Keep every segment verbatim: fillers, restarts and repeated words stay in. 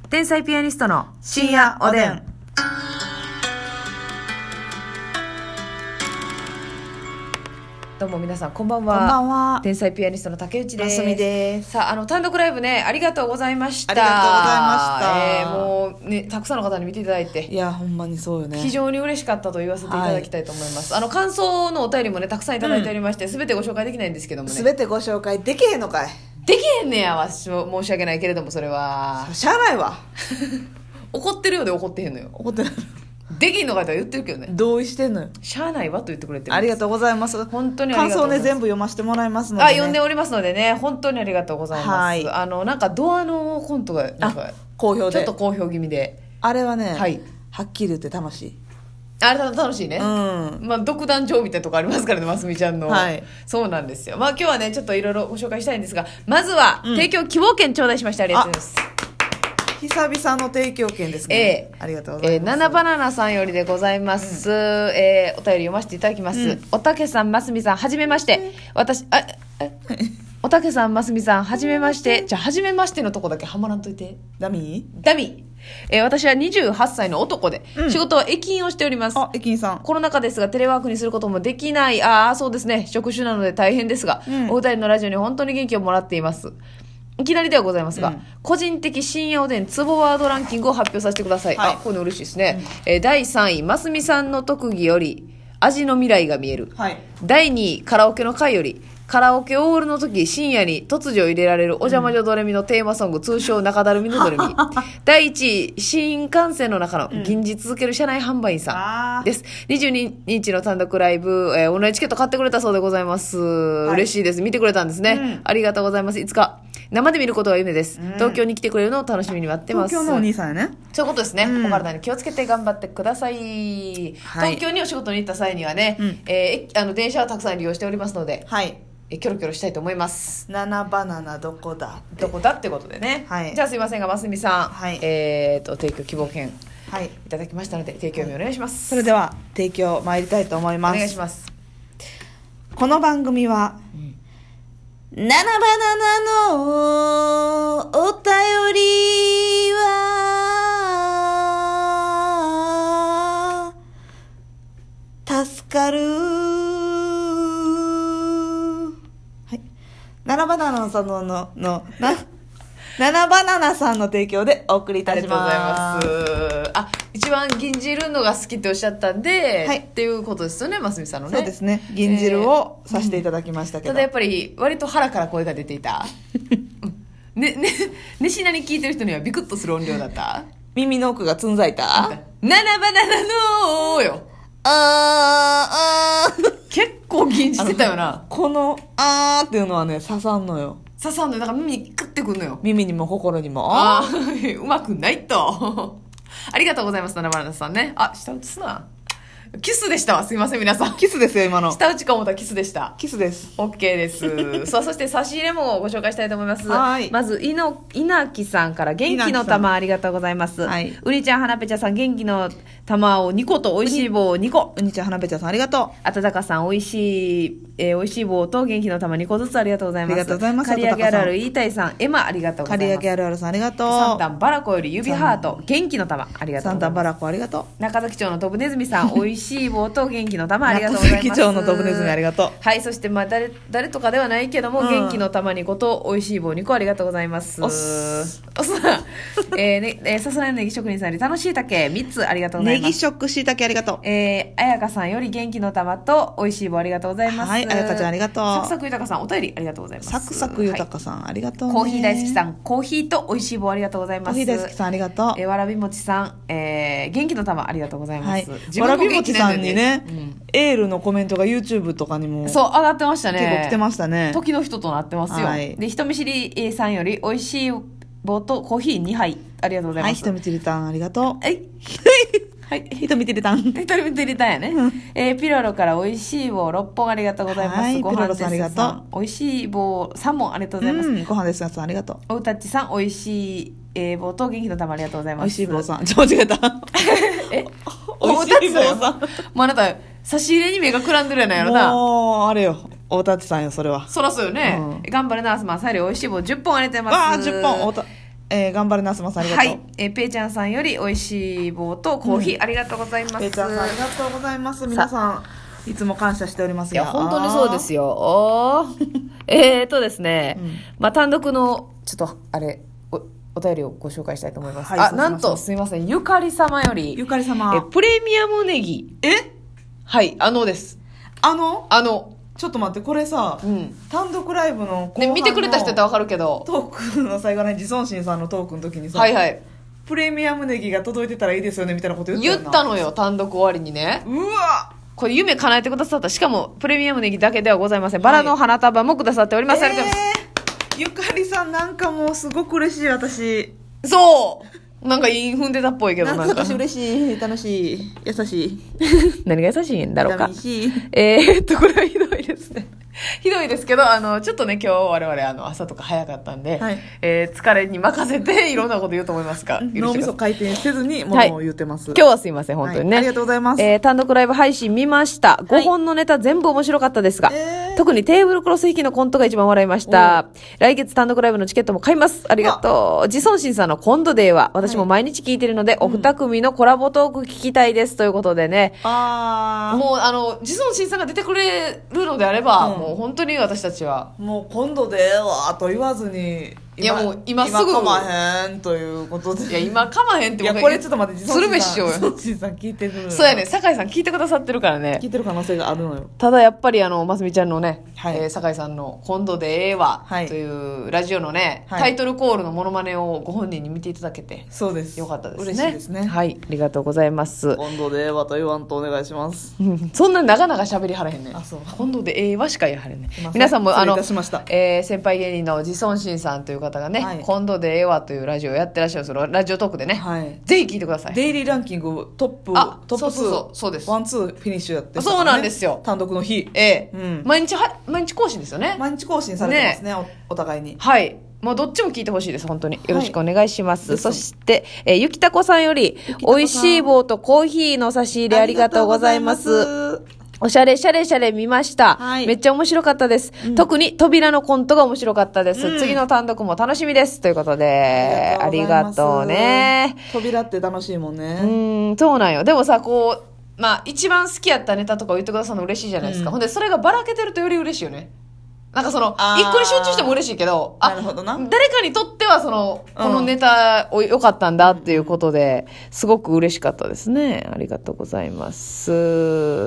天才ピアニストの深夜おでん。どうも皆さんこんばんは。 こんばんは。 天才ピアニストの竹内です。 ますみです。 さあ、あの単独ライブね、ありがとうございました。 ありがとうございました。 えー、もうね、たくさんの方に見ていただいて、 いやほんまにそうよね。 非常に嬉しかったと言わせていただきたいと思います。はい、あの感想のお便りもね、たくさんいただいておりまして、すべ、うん、てご紹介できないんですけどもね。 すべてご紹介できへんのかい。 できへんねやわ。申し訳ないけれども、それはしゃあないわ。 怒ってるようで怒ってへんのよ。 怒ってない。 できんのかとは言ってるけどね。 同意してんのよ。 しゃあないわと言ってくれてる。 ありがとうございます。 本当にありがとうございます。 感想ね全部読ませてもらいますので、ね、 あ、読んでおりますのでね、本当にありがとうございます。はい、あのなんかドアのコントがなんか好評で、 ちょっと好評気味で、 あれはね、 はい、 はっきり言って楽しい。 あれ楽しいね。うん。まあ独壇場みたいなとこありますからね、ますみちゃんの。はい。そうなんですよ。まあ今日はねちょっといろいろご紹介したいんですが、まずは、うん、提供希望券頂戴しました。ありがとうございます。 久々の提供券ですね。えー、ありがとうございます。えー、 ナナバナナさんよりでございます。うん、えー、お便り読ませていただきます。うん、おたけさん、ますみさん、はじめまして。私、あ、え、おたけさん、ますみさん、はじめまして。じゃあ、はじめましてのとこだけはまらんといて。 ダミーダミー。えー、私はにじゅうはっさいの男で、うん、仕事は駅員をしております。 あ、駅員さん。 コロナ禍ですがテレワークにすることもできない。ああ、そうですね。職種なので大変ですが、うん、お二人のラジオに本当に元気をもらっています。いきなりではございますが、うん、個人的深夜おでんツボワードランキングを発表させてください。はい、あ、こういうの嬉しいですね。うん、えー、だいさんい、ますみさんの特技より味の未来が見える。はい、だいにい、カラオケの回よりカラオケオールの時深夜に突如入れられるお邪魔女ドレミのテーマソング、うん、通称中だるみのドレミ。だいいちい、新幹線の中の吟じ続ける車内販売員さんです。うん、にじゅうににちの単独ライブ、えー、オンラインチケット買ってくれたそうでございます。はい、嬉しいです。見てくれたんですね。うん、ありがとうございます。いつか生で見ることが夢です。うん、東京に来てくれるのを楽しみに待ってます。 東京のお兄さんやね。 そういうことですね。うん、お体に気をつけて頑張ってください。はい、東京にお仕事に行った際にはね、うん、えー、あの電車はたくさん利用しておりますので、はい、えキョロキョロしたいと思います。 ナナバナナどこだどこだってことでね。はい、じゃあすいませんが、ますみさん、はい、えーと提供希望券、はい、いただきましたので提供読みお願いします。はい、 それでは提供参りたいと思います。 お願いします。 この番組は、うん、ナナバナナのお便りは助かる。はい、ナナバナナさんのののなナナバナナさんの提供でお送りいたします。 ありがとうございます。あ、一番銀汁のが好きっておっしゃったんで、はい、っていうことですよね、ますみさんのね。 そうですね、銀汁をさせていただきましたけど、 えーうん、ただやっぱり割と腹から声が出ていた。ねねねしなに聞いてる人にはビクッとする音量だった。 耳の奥がつんざいた。 ナナバナナのーよ。 あーあー結構銀じてたよな。 このあーっていうのはね刺さんのよ。 刺さんのよ。だから耳にクッてくんのよ。 耳にも心にも。 あーうまくないと。ありがとうございます、ナナバナナさんね。あ、下打ちすな。キスでしたわ。すいません、皆さん。 キスですよ、今の。 下打ちか思ったらキスでした。 キスです。 OK です。さあ、そして差し入れもご紹介したいと思います。はい。まず、いの、稲木さんから元気の玉ありがとうございます。はい。うにちゃん、はなぺちゃさん、元気の玉をにこと、おいしい棒をにこ。 うにちゃん、はなぺちゃさん、ありがとう。 あたたかさん、おいしい、えー、おいしい棒と元気の玉にこずつありがとうございます。 ありがとうございます。 刈り上げあるある、いいたいさん、エマありがとうございます。 刈り上げあるあるさん、ありがとう。 サンタンバラコより指ハート、元気の玉ありがとうございます。 サンタンバラコありがとう。 中崎町の飛ぶねずみさん、おいしい棒と元気の玉ありがとうございます。 中崎町の飛ぶねずみありがとう。 はい、そしてまあ誰誰とかではないけども、うん、元気の玉にことおいしい棒にこありがとうございます。おすおすえーねえー、さすらいのネギ職人さんより楽しい竹みっつありがとうございます。 ネギ食しいたけありがとう。 えー、あやかさんより元気の玉とおいしい棒ありがとうございます。 はい、あやかちゃんありがとう。 サクサク豊さんお便りありがとうございます。 サクサク豊さん、はい、ありがとうね。 コーヒー大好きさんコーヒーとおいしい棒ありがとうございます。 コーヒー大好きさんありがとう。 えー、わらびもちさん、えー、元気の玉ありがとうございます。はい、 わらびもちさんにね、うん、エールのコメントが YouTube とかにもそう上がってましたね。 結構来てましたね。 時の人となってますよ。はい、で人見知りさんよりおいしい棒とコーヒーにはいありがとうございます。はい、 人見知りたんありがとう。 はいはい、 人見てるたん。 人見てるたんやね。うん、えー、ピロロからおいしい棒ろっぽんありがとうございます。はい、 ご飯ですさんありがとう。 おいしい棒さんぼんありがとうございます。うん、 ご飯ですさんありがとう。 おうたっちさんおいしい、えー、棒と元気の玉ありがとうございます。 おいしい棒さん。ちょ、間違えた。 えおうたっちさん。もうあなた、差し入れに目がくらんでるやないやろな。 もう、あれよ。おうたっちさんよ、それは。 そらそうよね。うん、頑張れな、アスマン。さゆりおいしい棒じゅっぽんありがとうございます。 わー、じゅっぽん。おうた。 えー、頑張れなすまさんありがとう。 はい、えー、ペイちゃんさんよりおいしい棒とコーヒー、うん、ありがとうございます。 ペイちゃんさんありがとうございます。皆さんいつも感謝しております。 いや本当にそうですよ。おえーとですね、うん、まあ単独のちょっとあれ お, お便りをご紹介したいと思います。はい、あなんとすみません、ゆかり様よりゆかり様えプレミアムネギ、 えはいあのですあのあのちょっと待って、これさ、うん、単独ライブの後半の、 ね、見てくれた人やったら分かるけどトークの最後に自尊心さんのトークの時にさ、 はいはい、 プレミアムネギが届いてたらいいですよねみたいなこと言ったよな。 言ったのよ、単独終わりにね。 うわこれ夢叶えてくださった。しかもプレミアムネギだけではございません、バラの花束もくださっております。はい、 えー、ゆかりさんなんかもうすごく嬉しい。私そうなんかイン踏んでたっぽいけど、 なんか私嬉しい、楽しい、優しい何が優しいんだろうか。 寂しい。 えーっとこれはひどいですねひどいですけど、あのちょっとね今日我々あの朝とか早かったんで、はい、えー、疲れに任せていろんなこと言うと思いますが脳みそ回転せずにものを言ってます、 はい、今日はすいません本当にね、 はい、ありがとうございます。 えー、単独ライブ配信見ました。ごほんのネタ全部面白かったですが、えー、特にテーブルクロス引きのコントが一番笑いました。来月単独ライブのチケットも買います。ありがとう。自尊心さんのコントデーは私も毎日聞いてるので、はい、お二組のコラボトーク聞きたいですということでね、 あーもうあの自尊心さんが出てくれるのであれば、うん、もう本当に私たちはもう今度でええわと言わずに、 いやもう今すぐ今かまへんということで、 いや今かまへんって、 いやこれちょっと待って、 鶴瓶師匠自尊心さん聞いてる、 そうやね、酒井さん聞いてくださってるからね、 聞いてる可能性があるのよ。 ただやっぱりあのますみちゃんのね、 はい、 えー、酒井さんの今度でええわというラジオのね、はい、タイトルコールのモノマネをご本人に見ていただけて、 そうです、 よかったですね。 嬉しいですね。 はい、ありがとうございます。 今度でええわと言わんとお願いします。 そんな長々喋りはらへんね。 あ、そう、 今度でええわしか言わはれんね。皆さんもあの、えー、先輩芸人の自尊心さんという方がね、はい、今度でええわというラジオをやってらっしゃる、そのラジオトークでね、はい、ぜひ聞いてください。 デイリーランキングトップあトップそうそうそうそうです、 ワンツーフィニッシュやって、ね、 そうなんですよ、 単独の日、 ええ、うん、毎日は毎日更新ですよね。 毎日更新されてますね、ね、お, お互いに。 はい、もうどっちも聞いてほしいです。本当によろしくお願いします。はい、そして、えー、ゆきたこさんよりおいしい棒とコーヒーの差し入れありがとうございます。おしゃれしゃれしゃれ見ました、はい、めっちゃ面白かったです、うん、特に扉のコントが面白かったです、うん、次の単独も楽しみですということで、ありがとうね。 扉って楽しいもんね。 うん、そうなんよ。でもさ、こうまあ一番好きやったネタとかを言ってくださるの嬉しいじゃないですか、うん、ほんでそれがばらけてるとより嬉しいよね。なんかその一個に集中しても嬉しいけど、 あ、なるほどな、 誰かにとってはそのこのネタを良かったんだっていうことで、すごく嬉しかったですね。ありがとうございます。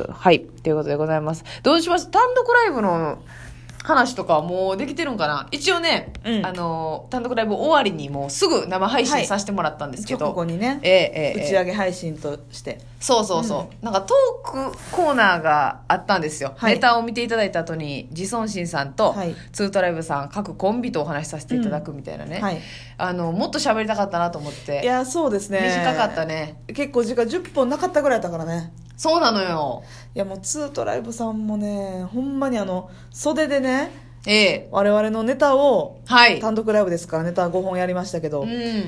はい、ということでございます。どうします？単独ライブの話とかはもうできてるんかな。一応ね、うん、あの単独ライブ終わりにもうすぐ生配信させてもらったんですけど、 はい、ここにね、 えーえー、 打ち上げ配信としてそうそうそう、うん、なんかトークコーナーがあったんですよ、はい、ネタを見ていただいた後に自尊心さんと、はい、ツートライブさん各コンビとお話しさせていただくみたいなね、うん、はい、あのもっと喋りたかったなと思って。 いやそうですね、 短かったね。 結構時間じゅっぷんなかったぐらいだったからね。 そうなのよ。 いやもうツートライブさんもね、ほんまにあの袖でね、 ええ、 我々のネタを、 はい、 単独ライブですからネタごほんやりましたけど、 うん、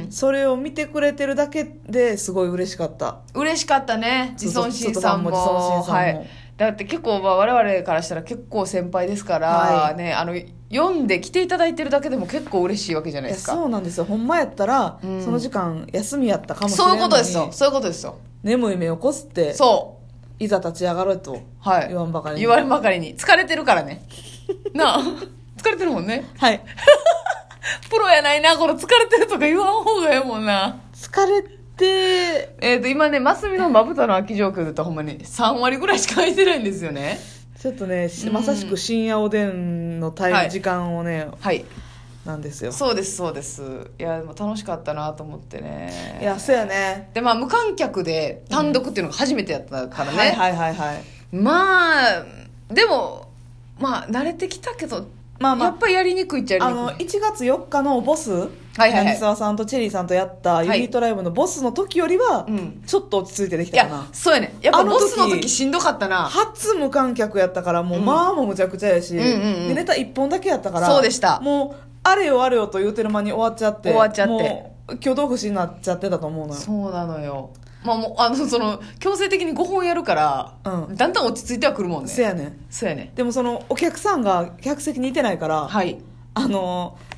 それを見てくれてるだけですごい嬉しかった。 嬉しかったね。自尊心さんも自尊心さんも、はい、だって結構、まあ、我々からしたら結構先輩ですから、はい、ね、あの読んで来ていただいてるだけでも結構嬉しいわけじゃないですか。 いやそうなんですよ。ほんまやったら、うん、その時間休みやったかもしれないのに、 そういうことですよ。そういうことですよ。 眠い目をこすって、そういざ立ち上がろうと言わんばかりに、 はい、言わんばかりに疲れてるからねなあ疲れてるもんね。 はい。 プロやないな、この疲れてるとか言わん方がええもんな。 疲れて、 えっと、今ね、マスミのまぶたの空き状況で言ったらほんまにさんわりぐらいしか空いてないんですよね。 ちょっとね、まさしく深夜おでんのタイム、はい、時間をね、 はい。 なんですよ。 そうですそうです。いやでも楽しかったなと思ってね。 いやそうやね。 でまあ無観客で単独っていうのが初めてやったからね、うん、 はいはいはいはい。 まあでもまあ慣れてきたけど、まあまあ、やっぱりやりにくいっちゃやりにくい。 あのいちがつよっかのボス、はいはいはい、 柳沢さんとチェリーさんとやったユニットライブのボスの時よりは、はい、ちょっと落ち着いてできたかな。 いやそうやね。やっぱボスの時しんどかったな。 初無観客やったからもう、うん、まあもうむちゃくちゃやし、うんうんうん、でネタいっぽんだけやったから、 そうでした。 もうあれよあれよと言うてる間に終わっちゃって、 終わっちゃってもう挙動不審になっちゃってたと思うのよ。 そうなのよ。まあ、もうあのその強制的にごほんやるから、うん、だんだん落ち着いてはくるもんね。 そうやね。 そうやね。 でもそのお客さんが客席にいてないから、 はい、 あの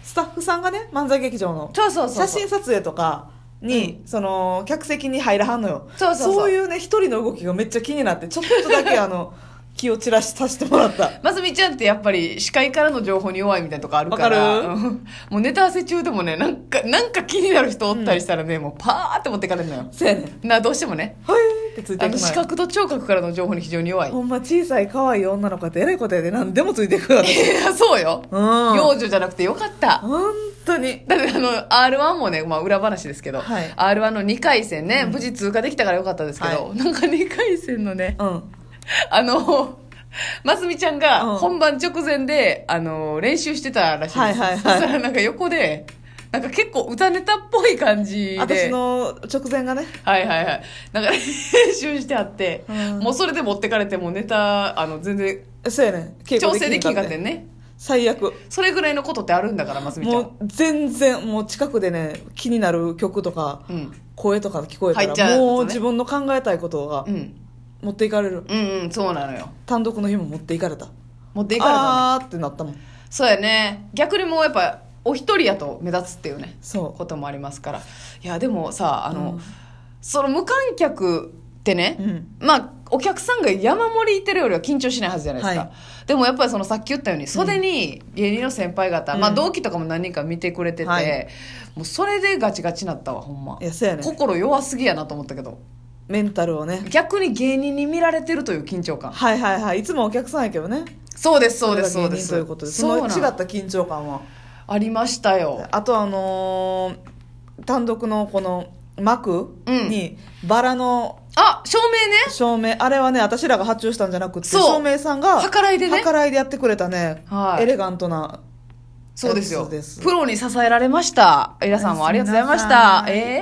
スタッフさんがね漫才劇場のそうそうそうそう写真撮影とかに、うん、その客席に入らはんのよ。 そうそうそうそういうね一人の動きがめっちゃ気になってちょっとだけあの気を散らしさせてもらった。 ますみちゃんってやっぱり司会からの情報に弱いみたいなとこあるから、 わかる？ もうネタ合わせ中でもねなんかなんか気になる人おったりしたらね、うん、もうパーって持ってかれるのよ。 そうやねんなどうしてもねはいってついていくのよ。 視覚と聴覚からの情報に非常に弱い。 ほんま小さい可愛い女の子ってえらいことやで何でもついていくわ。 いやそうよ、うん、幼女じゃなくてよかった。 本当に。 だってあの アールワン もね、まあ、裏話ですけど、 はい、 アールワン のにかい戦ね、うん、無事通過できたからよかったですけど、はい、なんかにかい戦のね、 うん、 あのますみちゃんが本番直前で、うん、あの練習してたらしいんです、 はいはいはい、 そしたらなんか横でなんか結構歌ネタっぽい感じで私の直前がねはいはいはいなんか練習してあって、うん、もうそれで持ってかれてもネタあの全然そうやね調整できんかったよね。 最悪。 それぐらいのことってあるんだからますみちゃん。 もう全然もう近くでね気になる曲とか、うん、声とか聞こえたら、ね、もう自分の考えたいことが、うん持っていかれる。 うんうんそうなのよ。 単独の日も持っていかれた。 持っていかれた、ね、 あーってなったもん。 そうやね。逆にもうやっぱお一人やと目立つっていうねそうこともありますから。いやでもさあの、うん、その無観客ってね、うん、まあお客さんが山盛りいてるよりは緊張しないはずじゃないですか、はい、でもやっぱりそのさっき言ったように袖に芸人の先輩方、うんまあ、同期とかも何人か見てくれてて、はい、もうそれでガチガチなったわほんま。 いやそうやね。 心弱すぎやなと思ったけどメンタルをね逆に芸人に見られてるという緊張感。 はいはいはいいつもお客さんやけどね。 そうですそうですそうです。 ということでその違った緊張感はありましたよ。 あとあのー、単独のこの幕にバラの、 うん、あ照明ね照明あれはね私らが発注したんじゃなくて照明さんが計らいでね計らいでやってくれたね、はい、エレガントなそうですよ。プロに支えられました。皆さんもありがとうございました。え